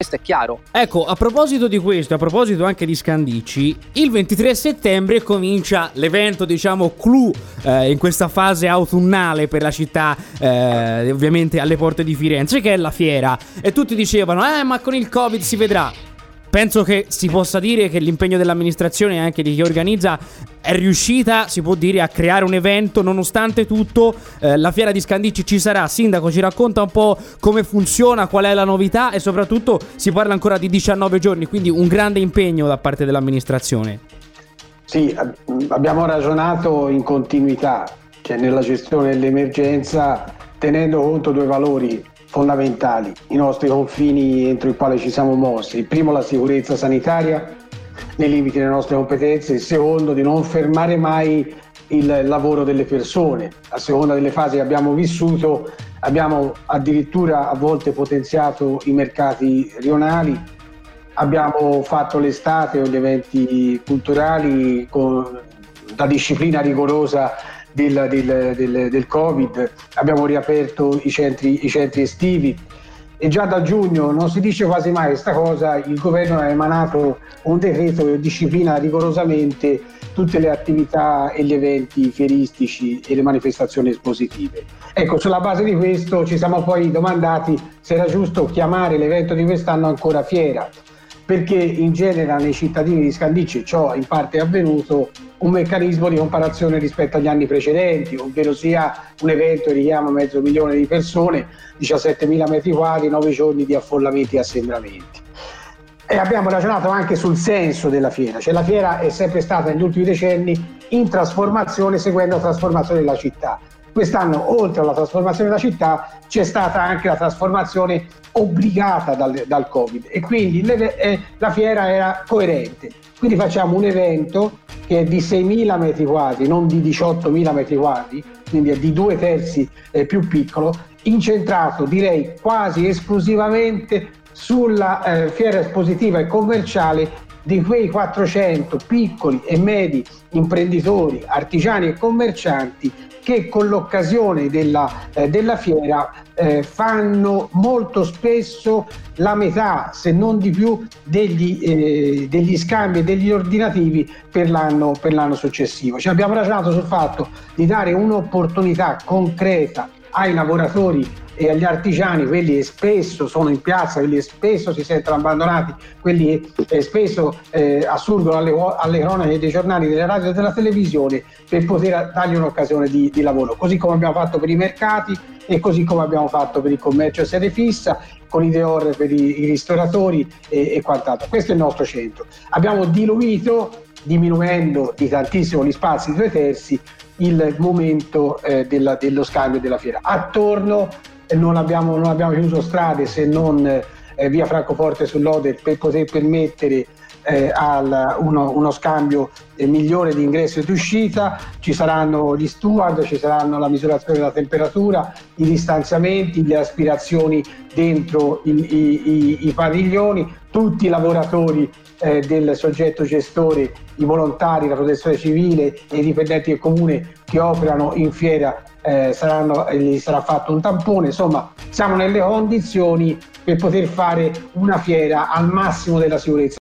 questo è chiaro. Ecco, a proposito di questo, a proposito anche di Scandicci, il 23 settembre comincia l'evento, diciamo, clou in questa fase autunnale per la città, ovviamente alle porte di Firenze, che è la fiera. E tutti dicevano, ma con il Covid si vedrà. Penso che si possa dire che l'impegno dell'amministrazione e anche di chi organizza è riuscita, si può dire, a creare un evento. Nonostante tutto, la fiera di Scandicci ci sarà. Sindaco, ci racconta un po' come funziona, qual è la novità e soprattutto si parla ancora di 19 giorni, quindi un grande impegno da parte dell'amministrazione. Sì, abbiamo ragionato in continuità, cioè nella gestione dell'emergenza, tenendo conto due valori fondamentali, i nostri confini entro i quali ci siamo mossi. Il primo, la sicurezza sanitaria nei limiti delle nostre competenze. Il secondo, di non fermare mai il lavoro delle persone. A seconda delle fasi che abbiamo vissuto, abbiamo addirittura a volte potenziato i mercati rionali, abbiamo fatto l'estate o gli eventi culturali con la disciplina rigorosa del Covid, abbiamo riaperto i centri estivi e già da giugno, non si dice quasi mai questa cosa, il governo ha emanato un decreto che disciplina rigorosamente tutte le attività e gli eventi fieristici e le manifestazioni espositive. Ecco, sulla base di questo ci siamo poi domandati se era giusto chiamare l'evento di quest'anno ancora fiera, perché in genere nei cittadini di Scandicci ciò in parte è avvenuto un meccanismo di comparazione rispetto agli anni precedenti, ovvero sia un evento che richiama 500.000 di persone, 17.000 metri quadri, 9 giorni di affollamenti e assembramenti. E abbiamo ragionato anche sul senso della fiera, cioè la fiera è sempre stata negli ultimi decenni in trasformazione, seguendo la trasformazione della città. Quest'anno, oltre alla trasformazione della città, c'è stata anche la trasformazione obbligata dal Covid e quindi la fiera era coerente. Quindi facciamo un evento che è di 6.000 metri quadri, non di 18.000 metri quadri, quindi è di 2/3 più piccolo, incentrato direi quasi esclusivamente sulla fiera espositiva e commerciale di quei 400 piccoli e medi imprenditori, artigiani e commercianti che con l'occasione della fiera fanno molto spesso la metà, se non di più, degli scambi e degli ordinativi per l'anno successivo. Cioè abbiamo ragionato sul fatto di dare un'opportunità concreta ai lavoratori e agli artigiani, quelli che spesso sono in piazza, quelli che spesso si sentono abbandonati, quelli che spesso assurgono alle cronache dei giornali, delle radio e della televisione, per poter dargli un'occasione di lavoro, così come abbiamo fatto per i mercati e così come abbiamo fatto per il commercio a sede fissa, con i Deor per i ristoratori e quant'altro. Questo è il nostro centro. Abbiamo diluito, diminuendo di tantissimo gli spazi di 2/3, il momento dello scambio della fiera. Attorno non abbiamo chiuso strade se non via Francoforte sull'Oder per poter permettere uno scambio migliore di ingresso e di uscita. Ci saranno gli steward, ci saranno la misurazione della temperatura, i distanziamenti, le aspirazioni dentro i padiglioni, tutti i lavoratori del soggetto gestore, i volontari, la protezione civile e i dipendenti del comune che operano in fiera gli sarà fatto un tampone. Insomma, siamo nelle condizioni per poter fare una fiera al massimo della sicurezza.